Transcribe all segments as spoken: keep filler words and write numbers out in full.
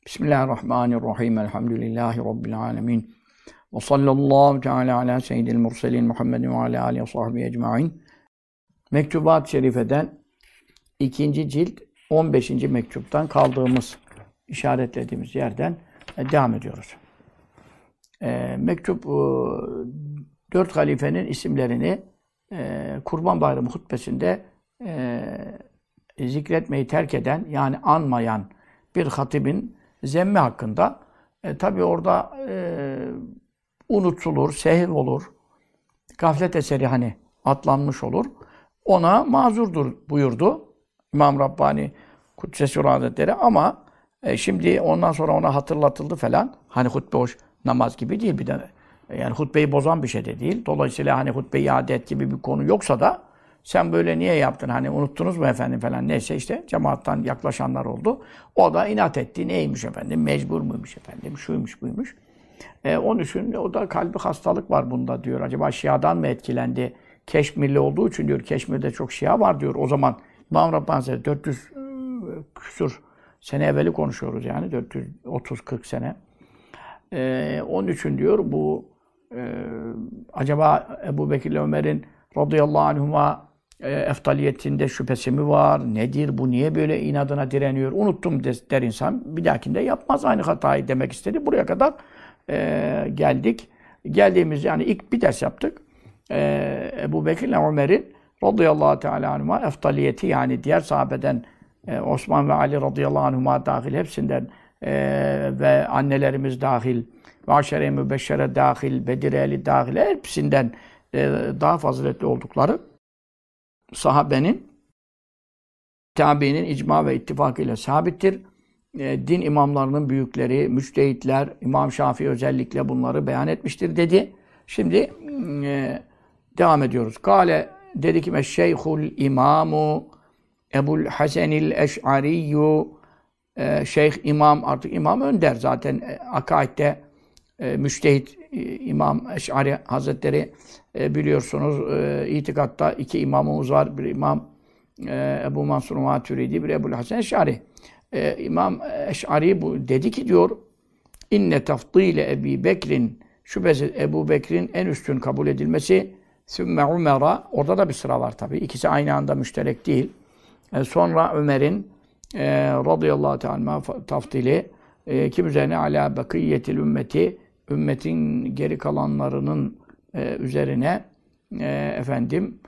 Bismillahirrahmanirrahim. Elhamdülillahi Rabbil alemin. Ve sallallahu teala ala seyyidil murselin Muhammedin ve ala alihi ve sahbihi ecma'in. Mektubat-ı Şerife'den ikinci cilt on beşinci mektuptan kaldığımız, işaretlediğimiz yerden devam ediyoruz. E, mektup, e, dört halifenin isimlerini e, Kurban Bayramı hutbesinde e, zikretmeyi terk eden, yani anmayan bir hatibin zemmi hakkında. E, tabi orada e, unutulur, sehv olur, gaflet eseri hani atlanmış olur. Ona mazurdur buyurdu İmam Rabbani Kuddisesi Ruh Hazretleri, ama e, şimdi ondan sonra ona hatırlatıldı falan. Hani hutbe hoş namaz gibi değil, bir de yani hutbeyi bozan bir şey de değil. Dolayısıyla hani hutbe iade et gibi bir konu yoksa da sen böyle niye yaptın, hani unuttunuz mu efendim falan, neyse işte cemaattan yaklaşanlar oldu. O da inat etti. Neymiş efendim? Mecbur muymuş efendim? Şuymuş buymuş. E, onun için o da kalbi hastalık var bunda diyor. Acaba Şia'dan mı etkilendi? Keşmirli olduğu için diyor. Keşmir'de çok Şia var diyor. O zaman İmam Rabbani Hazretleri dört yüz küsur sene evveli konuşuyoruz yani. dört yüz otuz kırk sene. E, onun için diyor bu e, acaba Ebu Bekir ile Ömer'in radıyallahu anhuma e, eftaliyetinde şüphesi mi var? Nedir bu? Niye böyle inadına direniyor? Unuttum der insan. Bir dahakinde yapmaz aynı hatayı demek istedi. Buraya kadar e, geldik. Geldiğimiz yani ilk bir ders yaptık. E, Ebu Bekir ile Ömer'in radıyallahu teala anhuma eftaliyeti, yani diğer sahabeden e, Osman ve Ali radıyallahu anhuma dahil hepsinden e, ve annelerimiz dahil ve aşere-i mübeşşere dahil, Bedir ehli dahil hepsinden e, daha faziletli oldukları sahabenin, tabiinin icma ve ittifakıyla sabittir. E, din imamlarının büyükleri, müçtehitler, İmam Şafii özellikle bunları beyan etmiştir dedi. Şimdi e, devam ediyoruz. Kale dedi ki Şeyhul İmamu Ebul Hasenil Eş'ariyyu, e, Şeyh İmam, artık İmam Önder zaten e, akaidde e, müçtehit e, İmam Eş'ari Hazretleri e, biliyorsunuz e, itikatta iki imamımız var. Bir İmam e, Ebu Mansur Maturidi, bir Ebul Hasen Eş'ari. E, İmam Eş'ari bu dedi ki diyor inne tafdile Ebi Bekir'in, şüphesiz Ebu Bekir'in en üstün kabul edilmesi, sümme Ömer'a, orada da bir sıra var tabi. İkisi aynı anda müşterek değil. E, sonra Ömer'in e, radıyallahu teala tafdili e, kim üzerine ala bakiyyetil ümmeti, ümmetin geri kalanlarının e, üzerine e, efendim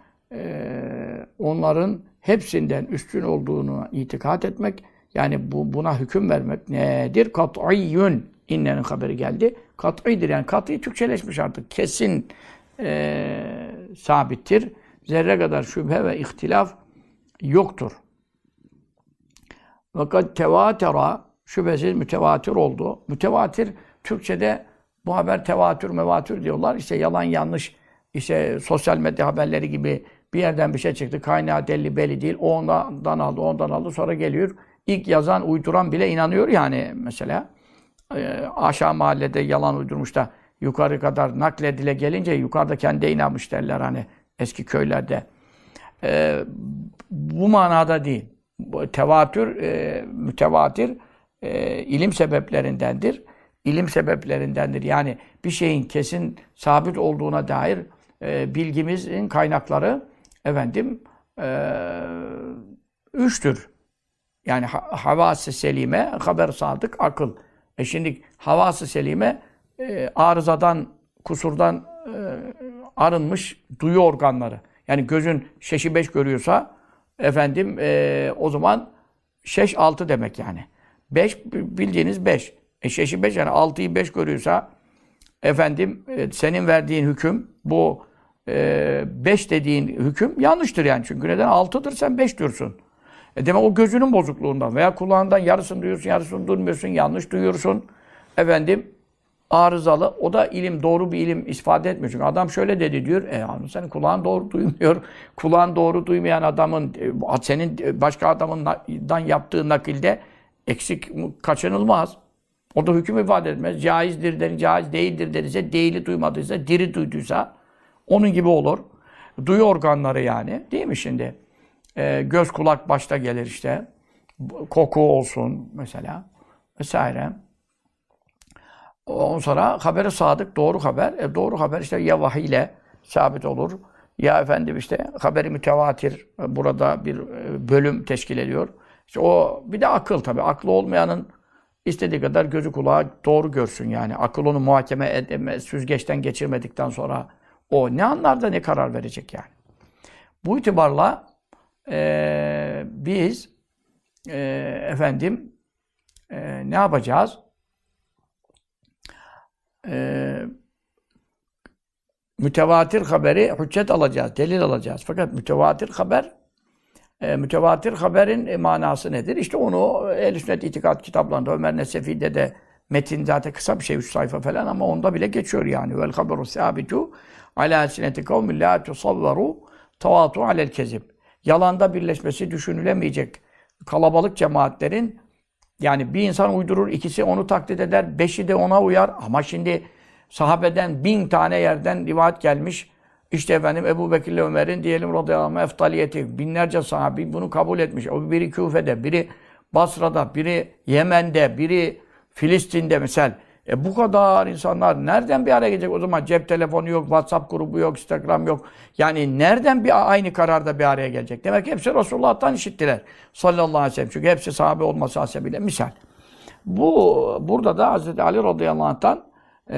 e, onların hepsinden üstün olduğunu itikat etmek, yani bu, buna hüküm vermek nedir? Kat'iyyün. İnnenin haberi geldi. Kat'idir, yani kat'i Türkçeleşmiş artık. Kesin e, sabittir. Zerre kadar şüphe ve ihtilaf yoktur. Fakat tevatera, şüphesiz mütevatir oldu. Mütevatir, Türkçe'de bu haber tevatür, mevatür diyorlar. İşte yalan yanlış, işte sosyal medya haberleri gibi bir yerden bir şey çıktı. Kaynağı delli belli değil. O ondan aldı, ondan aldı. Sonra geliyor. İlk yazan, uyduran bile inanıyor yani mesela. E, aşağı mahallede yalan uydurmuş da yukarı kadar nakledile gelince yukarıda kendi inanmış derler hani eski köylerde. E, bu manada değil. Tevatür, e, mütevatir e, ilim sebeplerindendir. İlim sebeplerindendir. Yani bir şeyin kesin sabit olduğuna dair e, bilgimizin kaynakları efendim e, üçtür. Yani havas-ı selime, haber sadık, akıl. E şimdi havas-ı selime e, arızadan, kusurdan e, arınmış duyu organları. Yani gözün şeşi beş görüyorsa efendim e, o zaman şeş altı demek yani. Beş bildiğiniz beş. E şeşi beş, yani altıyı beş görüyorsa efendim e, senin verdiğin hüküm bu e, beş dediğin hüküm yanlıştır yani. Çünkü neden? Altıdır, sen beş diyorsun. E demek o gözünün bozukluğundan veya kulağından yarısını duyuyorsun, yarısını duymuyorsun, yanlış duyuyorsun. Efendim arızalı. O da ilim, doğru bir ilim ifade etmiyor. Çünkü adam şöyle dedi diyor. E yani senin kulağın doğru duymuyor. Kulağın doğru duymayan adamın, senin başka adamından yaptığı nakilde eksik kaçınılmaz. O da hüküm ifade etmez. Caizdir dedi, caiz değildir dediyse, değili duymadıysa, diri duyduysa onun gibi olur. Duyu organları yani. Değil mi şimdi? E, göz, kulak başta gelir işte. Koku olsun mesela. vesaire. Ondan sonra haberi sadık, doğru haber. E, doğru haber işte ya vahiy ile sabit olur. Ya efendim işte haberi mütevatir. E, burada bir e, bölüm teşkil ediyor. İşte o bir de akıl tabii. Aklı olmayanın istediği kadar gözü kulağı doğru görsün yani. Akıl onu muhakeme edemez, süzgeçten geçirmedikten sonra o ne anlar da ne karar verecek yani. Bu itibarla e, biz e, efendim e, ne yapacağız? E, mütevatir haberi hüccet alacağız, delil alacağız. Fakat mütevatir haber, e, mütevatir haberin e, manası nedir? İşte onu Ehl-i Sünnet İtikad kitaplarında, Ömer Nesefi'de de metin zaten kısa bir şey, üç sayfa falan ama onda bile geçiyor yani. Vel haberu sabitu ala sineti kavmin la tusavvaru tavatu alel kezib. Yalanda birleşmesi düşünülemeyecek kalabalık cemaatlerin, yani bir insan uydurur, ikisi onu taklit eder, beşi de ona uyar. Ama şimdi sahabeden bin tane yerden rivayet gelmiş. İşte efendim Ebu Bekir ile Ömer'in diyelim radıyallahu anh eftaliyeti. Binlerce sahabi bunu kabul etmiş. O biri Küfe'de, biri Basra'da, biri Yemen'de, biri Filistin'de misal. E bu kadar insanlar nereden bir araya gelecek? O zaman cep telefonu yok, WhatsApp grubu yok, Instagram yok. Yani nereden bir aynı kararda bir araya gelecek? Demek ki hepsi Resulullah'tan işittiler. Sallallahu aleyhi ve sellem. Çünkü hepsi sahabe olması hasebiyle. Misal. Bu, burada da Hazreti Ali radıyallahu anh'tan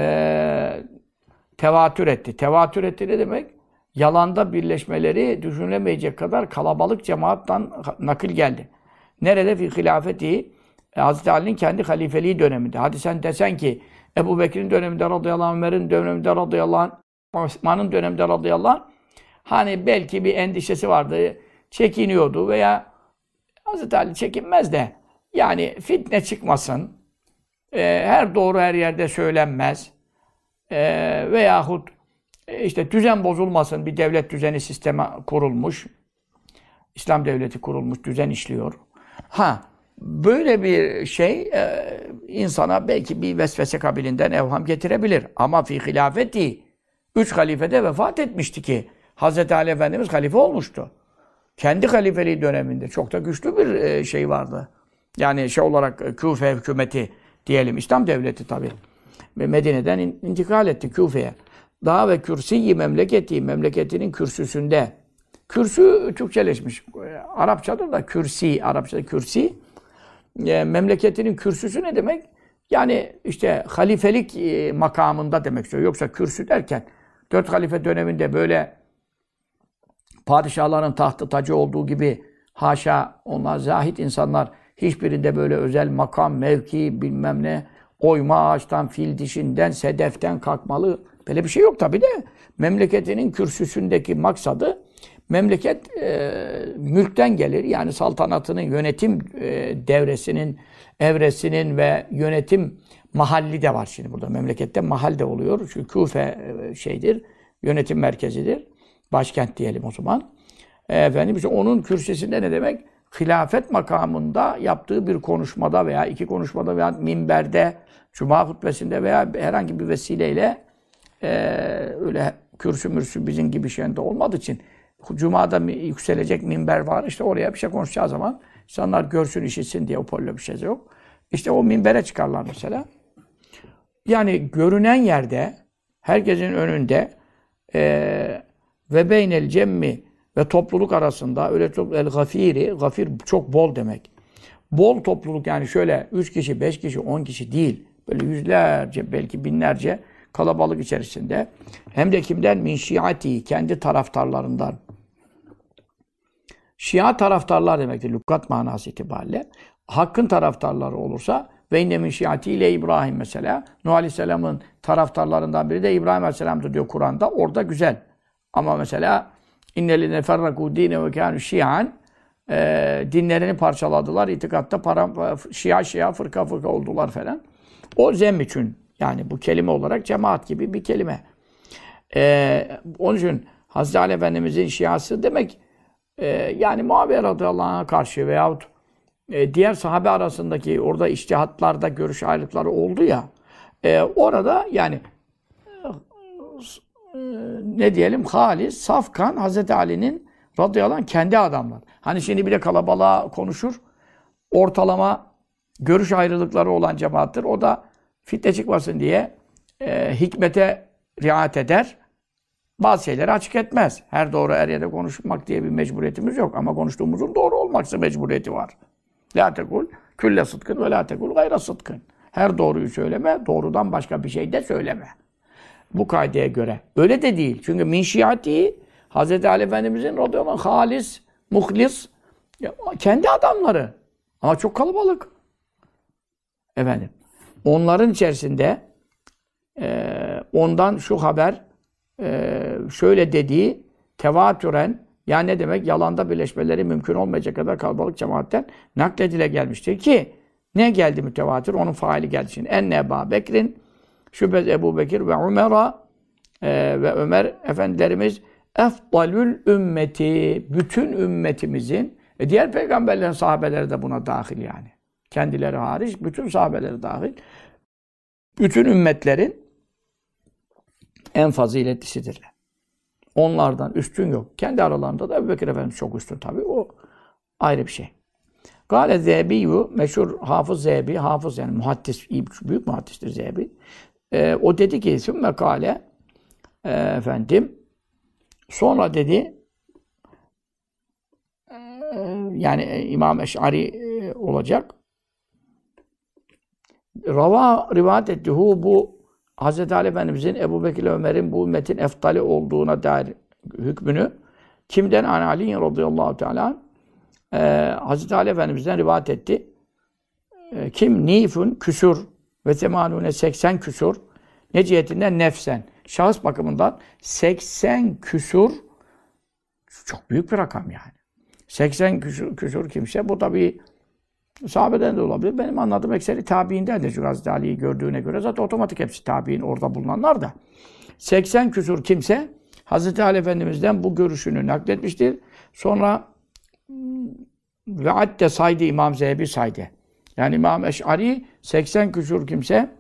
e, tevatür etti. Tevatür etti ne demek? Yalanda birleşmeleri düşünülemeyecek kadar kalabalık cemaattan nakil geldi. Nerede? Fi hilafeti Hazreti Ali'nin kendi halifeliği döneminde. Hadi sen desen ki Ebu Bekir'in döneminde radıyallahu anh, Ömer'in döneminde radıyallahu anh, Osman'ın döneminde radıyallahu anh, hani belki bir endişesi vardı, çekiniyordu veya Hazreti Ali çekinmez de yani fitne çıkmasın, e, her doğru her yerde söylenmez e, veyahut e, işte düzen bozulmasın, bir devlet düzeni sistemi kurulmuş, İslam devleti kurulmuş, düzen işliyor. Ha, böyle bir şey e, insana belki bir vesvese kabilinden evham getirebilir. Ama fi hilafeti üç halifede vefat etmişti ki Hazreti Ali Efendimiz halife olmuştu. Kendi halifeliği döneminde çok da güçlü bir e, şey vardı. Yani şey olarak e, Küfe hükümeti diyelim, İslam devleti tabii. Ve Medine'den in, intikal etti Küfe'ye. Daha ve kürsiyi memleketi, memleketinin kürsüsünde. Kürsü Türkçeleşmiş. Arapçada da kürsi, Arapçada kürsi. E, memleketinin kürsüsü ne demek? Yani işte halifelik e, makamında demek istiyor. Yoksa kürsü derken dört halife döneminde böyle padişahların tahtı tacı olduğu gibi haşa onlar zahid insanlar hiçbirinde böyle özel makam, mevki, bilmem ne, oyma ağaçtan, fil dişinden, sedeften kalkmalı. Böyle bir şey yok tabii de. Memleketinin kürsüsündeki maksadı memleket e, mülkten gelir. Yani saltanatının yönetim e, devresinin, evresinin ve yönetim mahalli de var şimdi burada. Memlekette mahal de oluyor. Çünkü Küfe e, şeydir, yönetim merkezidir. Başkent diyelim o zaman. E, efendim işte onun kürsüsünde ne demek? Hilafet makamında yaptığı bir konuşmada veya iki konuşmada veya minberde, cuma hutbesinde veya herhangi bir vesileyle e, öyle kürsü mürsü bizim gibi şeyinde olmadığı için Cuma'da yükselecek minber var. İşte oraya bir şey konuşacağı zaman insanlar görsün, işitsin diye o pollo bir şey yok. İşte o minbere çıkarlar mesela. Yani görünen yerde, herkesin önünde e, ve beynel cemmi ve topluluk arasında öyle çok el gafiri, gafir çok bol demek. Bol topluluk yani şöyle üç kişi, beş kişi, on kişi değil. Böyle yüzlerce, belki binlerce kalabalık içerisinde. Hem de kimden? Min şiati, kendi taraftarlarından. Şia taraftarlar demektir, lügat manası itibariyle. Hakkın taraftarları olursa ve inne min şiati ile İbrahim mesela. Nuh Aleyhisselam'ın taraftarlarından biri de İbrahim Aleyhisselam'dır diyor Kur'an'da. Orada güzel. Ama mesela innellezine ferrakû dîne ve kânû şi'an e, dinlerini parçaladılar. İtikatta para, şia şia fırka fırka oldular falan. O zem için yani bu kelime olarak cemaat gibi bir kelime. E, onun için Hazreti Ali Efendimizin şiası demek e, yani Muaviye radıyallahu anh'a karşı veyahut e, diğer sahabe arasındaki orada içtihatlarda görüş ayrılıkları oldu ya e, orada yani e, ne diyelim halis, safkan Hazreti Ali'nin radıyallahu anh kendi adamlar. Hani şimdi bile kalabalığa konuşur. Ortalama görüş ayrılıkları olan cemaattir. O da fitne çıkmasın diye e, hikmete riayet eder. Bazı şeyleri açık etmez. Her doğru her yerde konuşmak diye bir mecburiyetimiz yok. Ama konuştuğumuzun doğru olmaksa mecburiyeti var. La tekul külle sıdkın ve la tekul gayra sıdkın. Her doğruyu söyleme, doğrudan başka bir şey de söyleme. Bu kaideye göre. Öyle de değil. Çünkü min şiati Hazreti Ali Efendimizin radıyallahu anh halis, muhlis, kendi adamları. Ama çok kalabalık. Efendim. Onların içerisinde e, ondan şu haber e, şöyle dediği tevatüren, yani ne demek? Yalanda birleşmeleri mümkün olmayacak kadar kalabalık cemaatten nakledile gelmiştir ki ne geldi mütevatir? Onun faili geldi şimdi. Enne Ebu Bekir'in şüphez Ebu Bekir ve Ömer'a e, ve Ömer efendilerimiz efdalül ümmeti, bütün ümmetimizin, e diğer peygamberlerin sahabeleri de buna dahil yani. Kendileri hariç, bütün sahabeleri dahil. Bütün ümmetlerin en faziletlisidirler. Onlardan üstün yok. Kendi aralarında da Ebu Bekir Efendimiz çok üstün tabii. O ayrı bir şey. Gâle Zehebiyyü, meşhur Hafız Zehebi, Hafız yani muhaddis, büyük muhaddistir Zehebi. Ee, o dedi ki, sümme kâle, e, efendim, sonra dedi, e, yani e, İmam Eş'ari e, olacak. Rava rivayet etti. Hu bu Hazreti Ali Efendimizin Ebu Bekir ile Ömer'in bu ümmetin eftali olduğuna dair hükmünü kimden? An Ali radıyallahu teala ee, Hazreti Ali Efendimiz'den rivayet etti. Ee, kim? Nifun küsur ve semanune seksen küsur. Ne cihetinden? Nefsen. Şahıs bakımından seksen küsur çok büyük bir rakam yani. seksen küsur, küsur kimse bu tabii sahabeden de olabilir. Benim anladığım ekseri tabiinden de. Çünkü Hazreti Ali'yi gördüğüne göre zaten otomatik hepsi tabiin orada bulunanlar da. seksen küsur kimse Hazreti Ali Efendimiz'den bu görüşünü nakletmiştir. Sonra ve hatta saydı İmam Zehebi saydı. Yani İmam Eş'ari seksen küsur kimse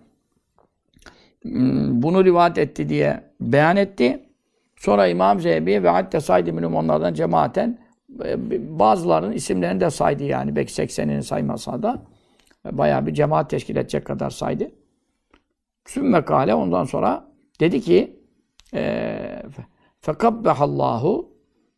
bunu rivayet etti diye beyan etti. Sonra İmam Zehebi ve hatta saydı minum onlardan cemaaten bazılarının isimlerini de saydı yani. Belki seksenini saymasa da bayağı bir cemaat teşkil edecek kadar saydı. Sümme kâle ondan sonra dedi ki fekabbehallahu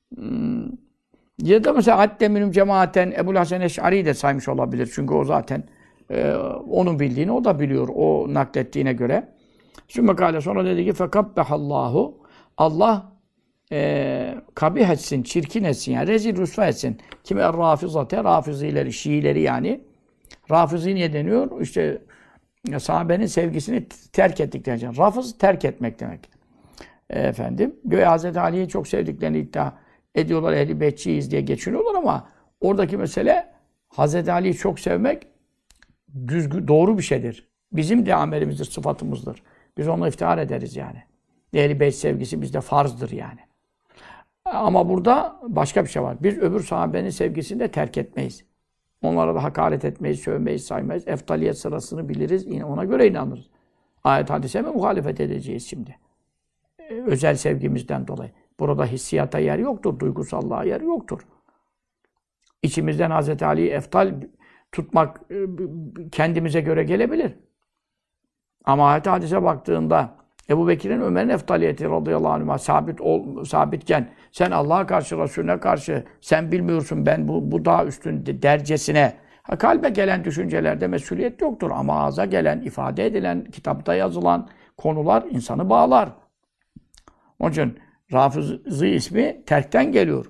ya da mesela hatta minum cemaaten Ebu'l Hasan Eş'ari'yi de saymış olabilir. Çünkü o zaten e, onun bildiğini o da biliyor. O naklettiğine göre. Sümme kâle sonra dedi ki fekabbehallahu Allah e, kabih etsin, çirkin etsin yani rezil rüsva etsin. Kime rafizate, rafizileri, Şiileri yani. Rafizi niye deniyor? İşte sahabenin sevgisini terk ettikleri için. Rafız terk etmek demek. E, efendim, göğe Hazreti Ali'yi çok sevdiklerini iddia ediyorlar, Ehl-i Beytçiyiz diye geçiniyorlar ama oradaki mesele Hazreti Ali'yi çok sevmek düzgün, doğru bir şeydir. Bizim de amelimizdir, sıfatımızdır. Biz onunla iftihar ederiz yani. Ehl-i Beyt sevgisi bizde farzdır yani. Ama burada başka bir şey var. Biz öbür sahabenin sevgisini de terk etmeyiz. Onlara da hakaret etmeyiz, sövmeyiz, saymayız. Eftaliyet sırasını biliriz, yine ona göre inanırız. Ayet hadise mi muhalefet edeceğiz şimdi? Özel sevgimizden dolayı. Burada hissiyata yer yoktur, duygusallığa yer yoktur. İçimizden Hazreti Ali'yi eftal tutmak kendimize göre gelebilir. Ama ayet hadise baktığında Ebu Bekir'in Ömer'in eftaliyeti radıyallahu anh'a sabit ol, sabitken sen Allah'a karşı, Resulüne karşı sen bilmiyorsun ben bu, bu daha üstün dercesine ha, kalbe gelen düşüncelerde mesuliyet yoktur. Ama ağza gelen, ifade edilen, kitapta yazılan konular insanı bağlar. Onun için Rafizi ismi terkten geliyor.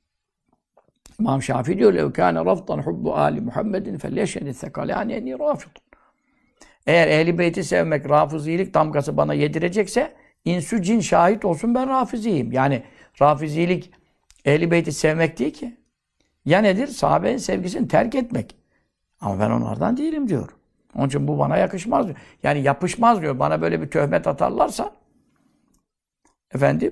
İmam Şafii diyor لَوْ كَانَ رَفْضًا حُبُّ آلِ مُحَمَّدٍ فَلْيَشْهَدِ الثَّقَلَانِ اَنِّي رَافِضٌ. Eğer Ehl-i Beyt'i sevmek, Rafizilik damgası bana yedirecekse insü cin şahit olsun ben Rafiziyim. Yani Rafizilik Ehl-i Beyt'i sevmek değil ki. Ya nedir? Sahabenin sevgisini terk etmek. Ama ben onlardan değilim diyor. Onun için bu bana yakışmaz diyor. Yani yapışmaz diyor. Bana böyle bir töhmet atarlarsa efendim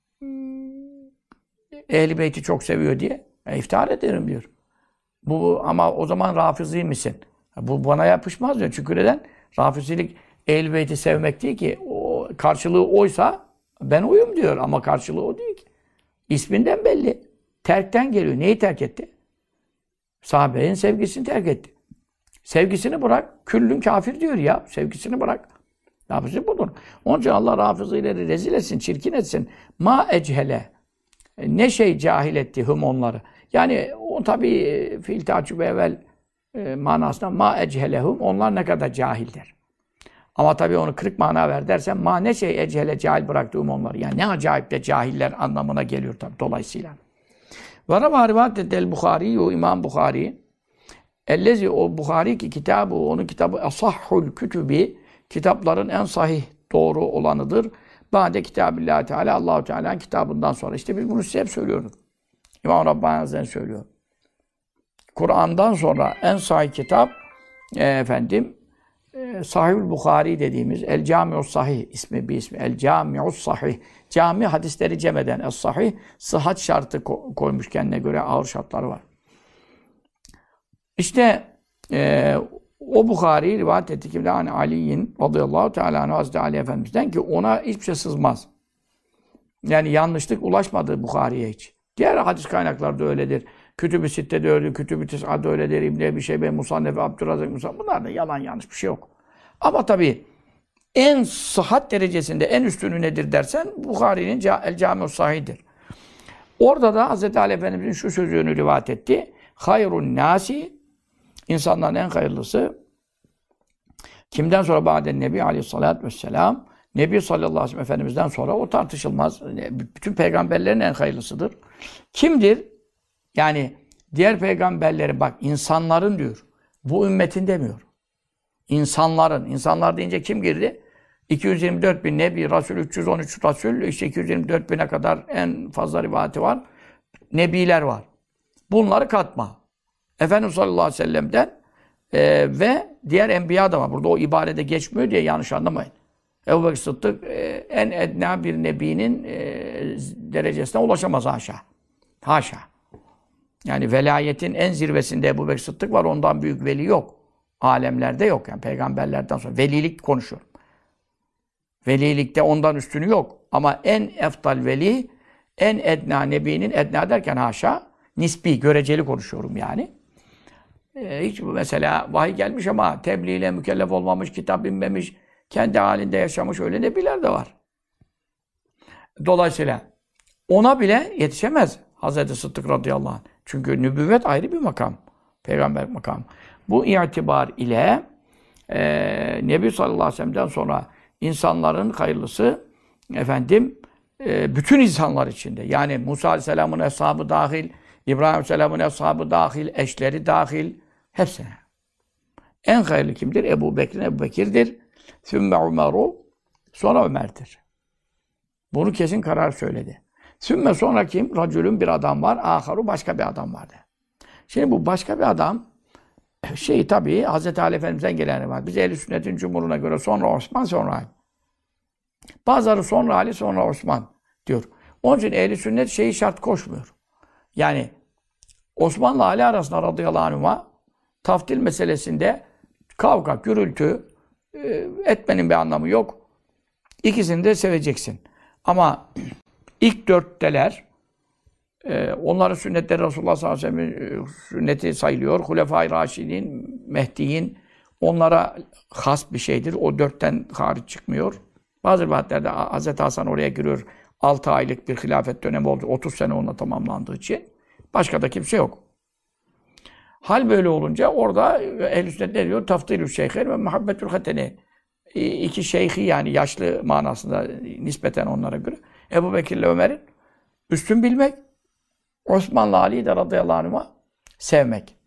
Ehl-i Beyt'i çok seviyor diye e, iftihar ederim diyor. Bu ama o zaman Rafizi misin? Bu bana yapışmaz diyor. Çünkü neden? Rafizilik Ehl-i Beyt'i sevmek değil ki. O karşılığı oysa ben oyum diyor ama karşılığı o değil ki. İsminden belli. Terkten geliyor. Neyi terk etti? Sahabenin sevgisini terk etti. Sevgisini bırak. Küllün kafir diyor ya. Sevgisini bırak. Hafızı budur. Onun için Allah hafızıyla rezil etsin, çirkin etsin. Ma echele. Ne şey cahil etti hüm onları. Yani o tabii fiil tacübü evvel e, manasında ma echelehum. Onlar ne kadar cahildir. Ama tabii onu kırık mana ver dersen ma ne şey echele cahil bıraktığım onları. Yani ne acayip de cahiller anlamına geliyor tabii dolayısıyla. Ve rabâ rivât eddel Bukhari, İmam Bukhari. Ellezi o Bukhari ki kitabı, onun kitabı asahhul kütübi, kitapların en sahih doğru olanıdır. Ba'de kitabillahi teala, Allahu Teala'nın kitabından sonra. İşte biz bunu size hep söylüyoruz. İmam Rabbani Hazretleri söylüyor. Kur'an'dan sonra en sahih kitap e, efendim e, Sahihül Bukhari dediğimiz El Cami'us Sahih ismi bir ismi. El Cami'us Sahih. Cami hadisleri cem eden Es Sahih sıhhat şartı ko- koymuş kendine göre ağır şartları var. İşte e, o Bukhari rivayet etti ki yani Ali'nin radıyallahu teala anh Hazreti Ali Efendimiz'den ki ona hiçbir şey sızmaz. Yani yanlışlık ulaşmadı Bukhari'ye hiç. Diğer hadis kaynakları da öyledir. Kütüb-i Sitte'de öyledir, Kütüb-i Tis'a'da öyledir, İbn-i Ebi Şeybe, Musannef, Abdurrazak, Musannef. Bunlar da yalan yanlış bir şey yok. Ama tabii en sıhhat derecesinde en üstünü nedir dersen Bukhari'nin El Cami-us Sahih'dir. Orada da Hazreti Ali Efendimiz'in şu sözünü rivayet etti. Hayrun nasi, insanların en hayırlısı kimden sonra ba'den Nebi Aleyhisselatü Vesselam, Nebi sallallahu aleyhi ve sellem Efendimiz'den sonra o tartışılmaz. Bütün peygamberlerin en hayırlısıdır. Kimdir? Yani diğer peygamberlerin, bak insanların diyor. Bu ümmetin demiyor. İnsanların. İnsanlar deyince kim girdi? iki yüz yirmi dört bin Nebi, Resul, üç yüz on üç Resul, işte iki yüz yirmi dört bine kadar en fazla rivayeti var. Nebiler var. Bunları katma. Efendimiz sallallahu aleyhi ve sellem'den e, ve diğer enbiya da var. Burada o ibarede geçmiyor diye yanlış anlamayın. Ebu Bekir Sıddık e, en edna bir nebinin e, derecesine ulaşamaz haşa. Haşa. Yani velayetin en zirvesinde Ebu Bekir Sıddık var. Ondan büyük veli yok. Alemlerde yok. Yani peygamberlerden sonra. Velilik konuşuyorum. Velilikte ondan üstünü yok. Ama en eftal veli, en edna nebinin, edna derken haşa, nisbi, göreceli konuşuyorum yani. Ee, hiç mesela vahiy gelmiş ama tebliğ mükellef olmamış, kitap inmemiş, kendi halinde yaşamış öyle nebiler de var. Dolayısıyla ona bile yetişemez Hazreti Sıddık radıyallahu anh. Çünkü nübüvvet ayrı bir makam. Peygamber makamı. Bu itibar ile e, Nebi sallallahu aleyhi ve sellem'den sonra insanların hayırlısı efendim e, bütün insanlar içinde. Yani Musa aleyhisselamın eshabı dahil, İbrahim aleyhisselamın eshabı dahil, eşleri dahil, hepsine. En hayırlı kimdir? Ebu Bekir, Ebu Bekir'dir. Sümme Umeru, sonra Ömer'dir. Bunu kesin karar söyledi. Sümme sonra kim? Racülün bir adam var, aharu başka bir adam vardı. Şimdi bu başka bir adam, şey tabii Hazreti Ali Efendimiz'den gelen var. Biz Ehl-i Sünnet'in cumhuruna göre sonra Osman, sonra Ali. Bazıları sonra Ali, sonra Osman diyor. Onun için Ehl-i Sünnet şeyi şart koşmuyor. Yani Osman'la Ali arasında radıyallahu anhuma taftil meselesinde kavga, gürültü e, etmenin bir anlamı yok. İkisini de seveceksin. Ama ilk dörtteler, e, onların sünnetleri Resulullah sallallahu aleyhi ve sellem'in sünneti sayılıyor. Hulefai Raşidin, Mehdi'in onlara has bir şeydir. O dörtten hariç çıkmıyor. Bazı rivayetlerde Hazreti Hasan oraya giriyor. altı aylık bir hilafet dönemi oldu. otuz sene onunla tamamlandığı için. Başka da kimse yok. Hal böyle olunca orada Ehl-i Sünnet ne diyor? Tafdilü şeyhler ve muhabbetül hateni. İki şeyhi yani yaşlı manasında nispeten onlara göre. Ebu Bekir ile Ömer'in üstün bilmek. Osman'la Ali'yi de radıyallahu anh'a sevmek.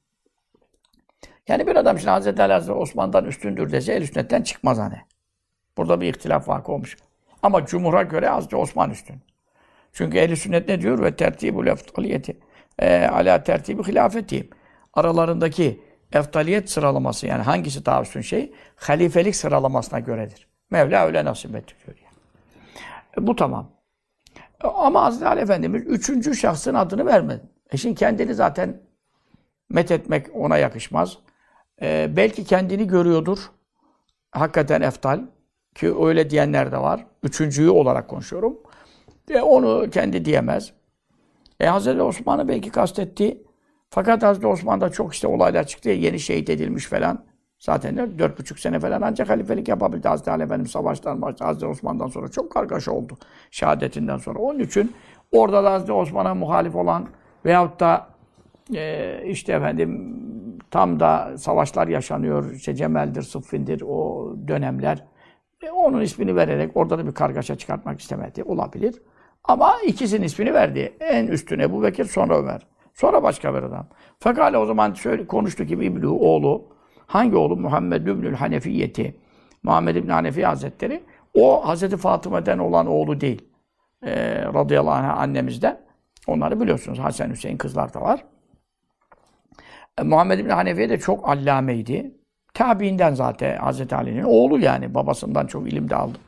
Yani bir adam şimdi Hazreti Ali Hazretleri Osman'dan üstündür dese Ehl-i Sünnet'ten çıkmaz hani. Burada bir ihtilaf vakı olmuş. Ama cumhura göre Hazreti Osman üstün. Çünkü Ehl-i Sünnet ne diyor? Ve tertibul eftaliyeti e, ala tertibi hilafeti. Aralarındaki eftaliyet sıralaması yani hangisi daha üstün şey? Halifelik sıralamasına göredir. Mevla öyle nasip etti diyor yani. E, bu tamam. Ama Hazreti Ali Efendimiz üçüncü şahsın adını vermedi. E şimdi kendini zaten methetmek ona yakışmaz. E, belki kendini görüyordur. Hakikaten eftal. Ki öyle diyenler de var. Üçüncüyü olarak konuşuyorum. E, onu kendi diyemez. E, Hazreti Osman'ı belki kastetti. Fakat Hazreti Osman'da çok işte olaylar çıktı ya, yeni şehit edilmiş falan. Zaten de dört buçuk sene falan ancak halifelik yapabildi. Hazreti Ali Efendimiz savaştan başta Hazreti Osman'dan sonra çok kargaşa oldu. Şehadetinden sonra. Onun için orada da Hazreti Osman'a muhalif olan veyahut da e, işte efendim tam da savaşlar yaşanıyor. İşte Cemal'dir, Sıffin'dir o dönemler. E, onun ismini vererek orada da bir kargaşa çıkartmak istemedi. Olabilir. Ama ikisinin ismini verdi. En üstüne Ebu Bekir, sonra Ömer. Sonra başka bir adam. Fakat o zaman şöyle konuştu ki İbni oğlu, hangi oğlu? Muhammed İbnül Hanefiyeti. Muhammed İbni Hanefi Hazretleri. O Hazreti Fatıma'dan olan oğlu değil. Ee, radıyallahu anh annemizden. Onları biliyorsunuz. Hasan Hüseyin kızlar da var. Ee, Muhammed İbni Hanefiye de çok allameydi. Tabiinden zaten Hazreti Ali'nin oğlu yani. Babasından çok ilim de aldı.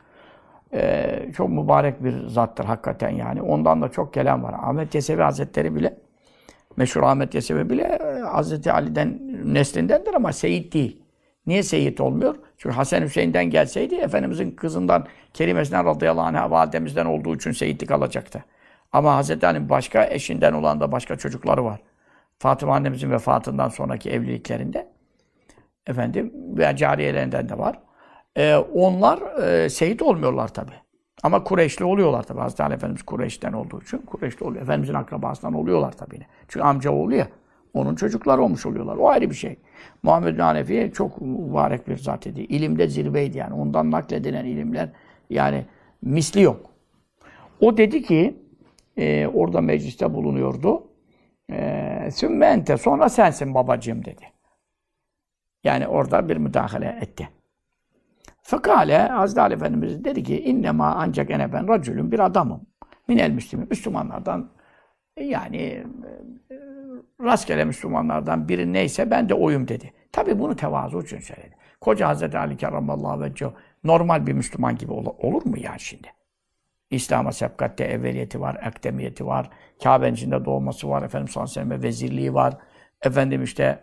Ee, çok mübarek bir zattır hakikaten yani. Ondan da çok kelam var. Ahmet Yesevi Hazretleri bile, meşhur Ahmet Yesevi bile Hazreti Ali'den neslindendir ama Seyit değil. Niye Seyit olmuyor? Çünkü Hasan Hüseyin'den gelseydi Efendimizin kızından Kerimesinden radıyallahu anh'a validemizden olduğu için Seyitlik alacaktı. Ama Hazreti Ali'nin başka eşinden olan da başka çocukları var. Fatıma annemizin vefatından sonraki evliliklerinde efendim veya cariyelerinden de var. Ee, onlar e, Seyit olmuyorlar tabi. Ama Kureyşli oluyorlar tabi. Hazreti Ali Efendimiz Kureyş'ten olduğu için Kureyşli oluyor. Efendimizin akrabasından oluyorlar tabi. Çünkü amca oğlu ya. Onun çocukları olmuş oluyorlar. O ayrı bir şey. Muhammed bin Hanefiye çok mübarek bir zat idi. İlimde zirveydi yani. Ondan nakledilen ilimler yani misli yok. O dedi ki e, orada mecliste bulunuyordu. E, Sümme ente, sonra sensin babacığım dedi. Yani orada bir müdahale etti. Fekale Hazreti Ali Efendimiz dedi ki innema ancak ene ben racülüm bir adamım. Minel müslümin. Müslümanlardan yani e, rastgele Müslümanlardan biri neyse ben de oyum dedi. Tabi bunu tevazu için söyledi. Koca Hazreti Ali kerramallahu vecehu normal bir Müslüman gibi ol olur mu yani şimdi? İslam'a sebkatte evveliyeti var, akdemiyeti var, Kabe'nin içinde doğması var, Efendimiz sallallahu aleyhi ve sellem vezirliği var. Efendim işte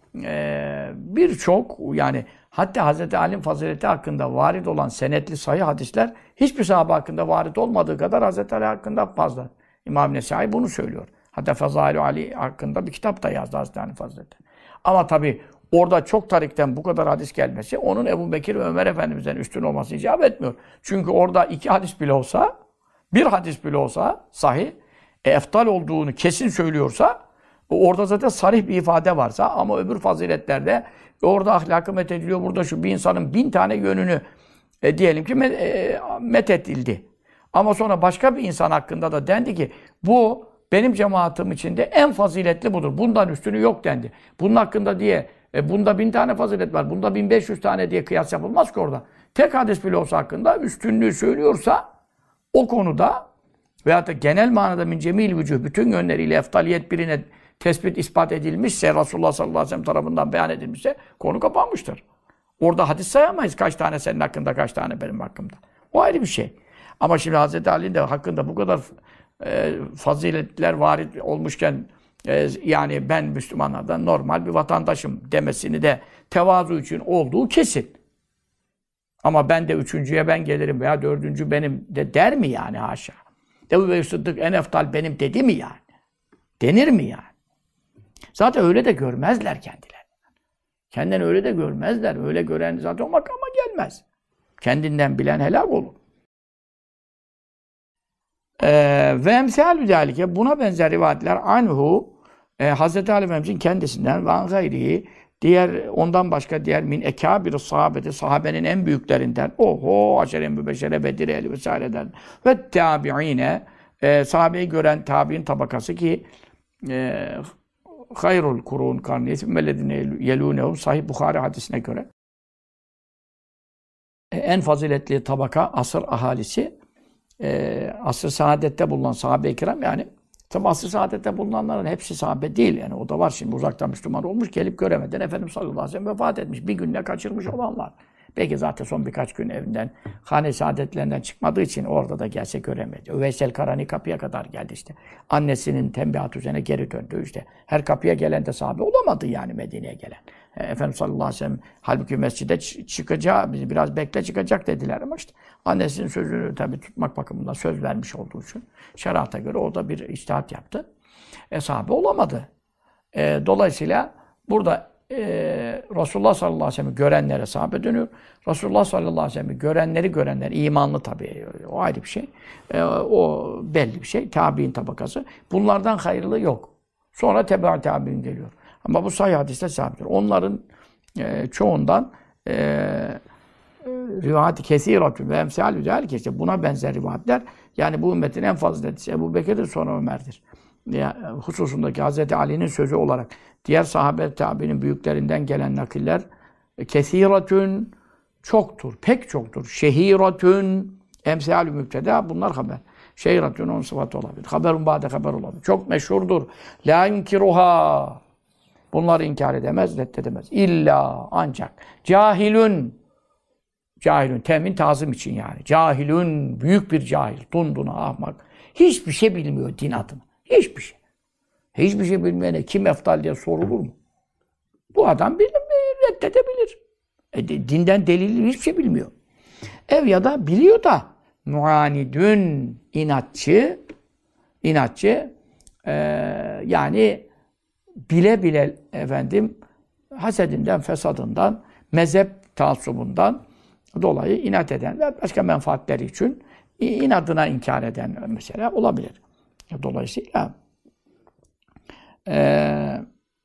e, birçok yani hatta Hazreti Ali'nin fazileti hakkında varid olan senetli sahih hadisler hiçbir sahabe hakkında varid olmadığı kadar Hazreti Ali hakkında fazla. İmam Nesai bunu söylüyor. Hatta Fazailu Ali hakkında bir kitap da yazdı Hazreti Ali Fazileti. Ama tabi orada çok tarikten bu kadar hadis gelmesi onun Ebu Bekir ve Ömer Efendimiz'den üstün olması icap etmiyor. Çünkü orada iki hadis bile olsa, bir hadis bile olsa sahih, e, eftal olduğunu kesin söylüyorsa orada zaten sarih bir ifade varsa ama öbür faziletlerde orada ahlakı methediliyor. Burada şu bir insanın bin tane yönünü e, diyelim ki e, methedildi. Ama sonra başka bir insan hakkında da dendi ki bu benim cemaatim içinde en faziletli budur. Bundan üstünü yok dendi. Bunun hakkında diye e, bunda bin tane fazilet var. Bunda bin beş yüz tane diye kıyas yapılmaz ki orada. Tek hadis bile olsa hakkında üstünlüğü söylüyorsa o konuda veyahut da genel manada min cemil vücuh bütün yönleriyle eftaliyet birine tespit ispat edilmişse Resulullah sallallahu aleyhi ve sellem tarafından beyan edilmişse konu kapanmıştır. Orada hadis sayamayız. Kaç tane senin hakkında, kaç tane benim hakkımda. O ayrı bir şey. Ama şimdi Hazreti Ali'nin de hakkında bu kadar e, faziletler varid olmuşken e, yani ben Müslümanlardan normal bir vatandaşım demesini de tevazu için olduğu kesin. Ama ben de üçüncüye ben gelirim veya dördüncü benim de der mi yani haşa? Ebu Bekir Sıddık en eftal benim dedi mi yani? Denir mi yani? Zaten öyle de görmezler kendilerini. Kendini öyle de görmezler. Öyle gören zaten o makama gelmez. Kendinden bilen helak olur. Ee, ve emsâlü zâlike buna benzer rivayetler anhu e, Hazreti Ali Efendimiz'in kendisinden ve an gayrihi diğer ondan başka diğer min ekâbir sahabeti sahabenin en büyüklerinden oho aşere-i mübeşşere Bedir ehli vesaireden ve tabiine e, sahabeyi gören tabi'in tabakası ki e, hayrul kurun karniyesi melledine yelûnehum Sahih Bukhari hadisine göre e, en faziletli tabaka asır ahalisi e, asr-ı saadette bulunan sahabe-i kiram yani tabi asr-ı saadette bulunanların hepsi sahabe değil yani o da var şimdi uzaktan Müslüman olmuş gelip göremeden Efendimiz sallallahu aleyhi ve sellem vefat etmiş bir günle kaçırmış olanlar. Belki zaten son birkaç gün evinden hane saadetlerinden çıkmadığı için orada da gelse göremedi. Veysel Karani kapıya kadar geldi işte. Annesinin tembihat üzerine geri döndü işte. Her kapıya gelen de sahabe olamadı yani Medine'ye gelen. Efendimiz sallallahu aleyhi ve sellem halbuki mescide çıkacağı, bizi biraz bekle çıkacak dediler ama işte annesinin sözünü tabii tutmak bakımından söz vermiş olduğu için şerata göre o da bir içtihat yaptı. E, sahabe olamadı. E, dolayısıyla burada e, Resulullah sallallahu aleyhi ve sellem'i görenlere sahabe dönüyor. Resulullah sallallahu aleyhi ve sellem'i görenleri görenler, imanlı tabii, o ayrı bir şey. E, o belli bir şey, tabi'in tabakası. Bunlardan hayırlı yok. Sonra tebe-i tabi'in geliyor. Ama bu sahih hadiste sabittir. Onların e, çoğundan e, rivayet-i kesiratü ve emsalü zâlike, işte buna benzer rivayetler. Yani bu ümmetin en faziletlisi Ebu Bekir'dir, sonra Ömer'dir. Ya, hususundaki Hazreti Ali'nin sözü olarak diğer sahabe tabi'nin büyüklerinden gelen nakiller kesiratün çoktur, pek çoktur. Şehiratün emsalü mübteda, bunlar haber. Şehiratün onun sıfatı olabilir. Haberun ba'de haber olabilir. Çok meşhurdur. La yunkiruha. Bunları inkar edemez, reddedemez. İlla ancak. Cahilün. Cahilün. Temin tazım için yani. Cahilün. Büyük bir cahil. Dunduna, ahmak. Hiçbir şey bilmiyor din adına. Hiçbir şey. Hiçbir şey bilmeyene kim eftal diye sorulur mu? Bu adam bilir, reddedebilir. E, dinden delil hiçbir şey bilmiyor. Ev ya da biliyor da muanidün, inatçı, inatçı, e, yani bile bile efendim hasedinden, fesadından, mezhep taassubundan dolayı inat eden ve başka menfaatleri için inadına inkar eden mesela olabilir. Dolayısıyla e,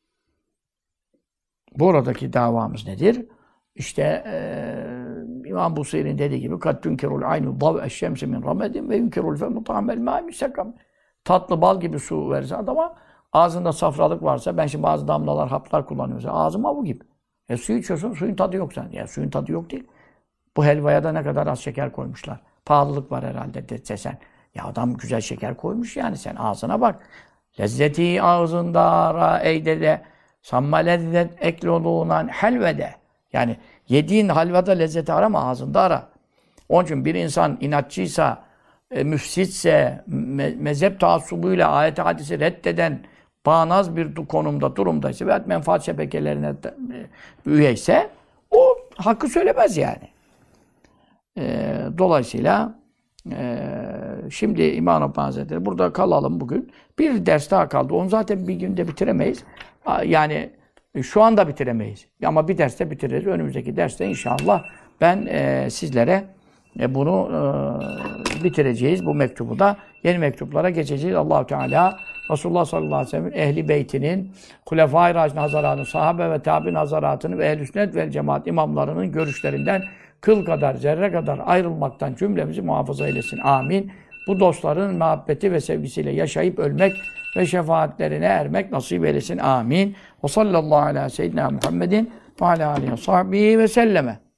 buradaki davamız nedir? İşte e, İmam Busiri'nin dediği gibi kad tunkerul aynu dav'eş şemsi min ramedin ve yunkerul femu ta'amel ma'i müsekam. Tatlı bal gibi su verirse adama, ağzında safralık varsa, ben şimdi bazı damlalar, haplar kullanıyorsa ağzıma bu gibi. E suyu içiyorsun, suyun tadı yok sen. Ya suyun tadı yok değil. Bu helvaya da ne kadar az şeker koymuşlar. Pahalılık var herhalde desen. Ya adam güzel şeker koymuş yani, sen ağzına bak. Lezzeti ağzında ara eydede samma lezzet ekloluğunan helvede. Yani yediğin halvada lezzeti arama, ağzında ara. Onun için bir insan inatçıysa, e, müfsitse, me mezhep taassubuyla ayet-i hadisi reddeden, bağnaz bir konumda, durumdaysa veya menfaat şebekelerine e, üyeyse, o hakkı söylemez yani. E, dolayısıyla e, şimdi İmam Rabbani Hazretleri burada kalalım bugün. Bir ders daha kaldı. Onu zaten bir günde bitiremeyiz. Yani şu anda bitiremeyiz. Ama bir derste bitiririz. Önümüzdeki derste inşallah ben e, sizlere e, bunu e, bitireceğiz. Bu mektubu da yeni mektuplara geçeceğiz. Allah-u Teala Resulullah sallallahu aleyhi ve sellem'in ehli beytinin, Hulefâ-i Râşidîn hazaratının, sahabe ve tabi'in hazaratının ve ehl-i sünnet vel cemaat imamlarının görüşlerinden kıl kadar, zerre kadar ayrılmaktan cümlemizi muhafaza eylesin. Amin. Bu dostların muhabbeti ve sevgisiyle yaşayıp ölmek ve şefaatlerine ermek nasip eylesin. Amin. Ve sallallahu ala seyyidina Muhammedin ve ala aleyhi ve sahbihi ve selleme.